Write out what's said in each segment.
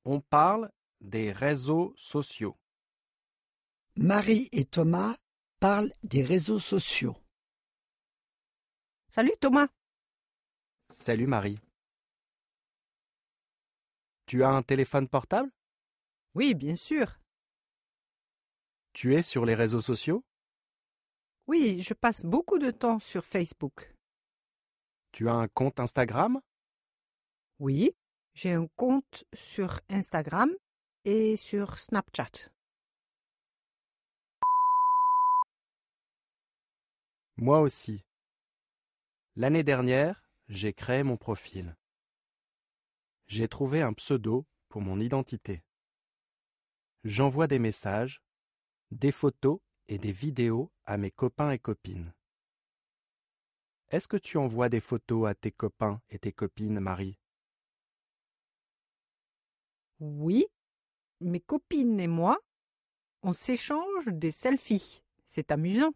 On parle des réseaux sociaux. Marie et Thomas parlent des réseaux sociaux. Salut Thomas. Salut Marie. Tu as un téléphone portable? Oui, bien sûr. Tu es sur les réseaux sociaux? Oui, je passe beaucoup de temps sur Facebook. Tu as un compte Instagram? Oui, j'ai un compte sur Instagram et sur Snapchat. Moi aussi. L'année dernière, j'ai créé mon profil. J'ai trouvé un pseudo pour mon identité. J'envoie des messages, des photos et des vidéos à mes copains et copines. Est-ce que tu envoies des photos à tes copains et tes copines, Marie? Oui, mes copines et moi, on s'échange des selfies. C'est amusant.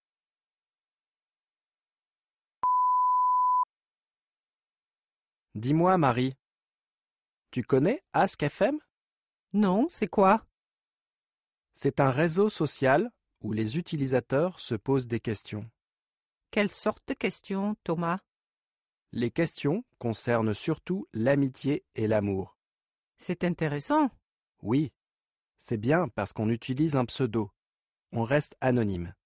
Dis-moi, Marie, tu connais Ask FM? Non, c'est quoi? C'est un réseau social où les utilisateurs se posent des questions. Quelle sorte de question, Thomas? Les questions concernent surtout l'amitié et l'amour. C'est intéressant. Oui, c'est bien parce qu'on utilise un pseudo. On reste anonyme.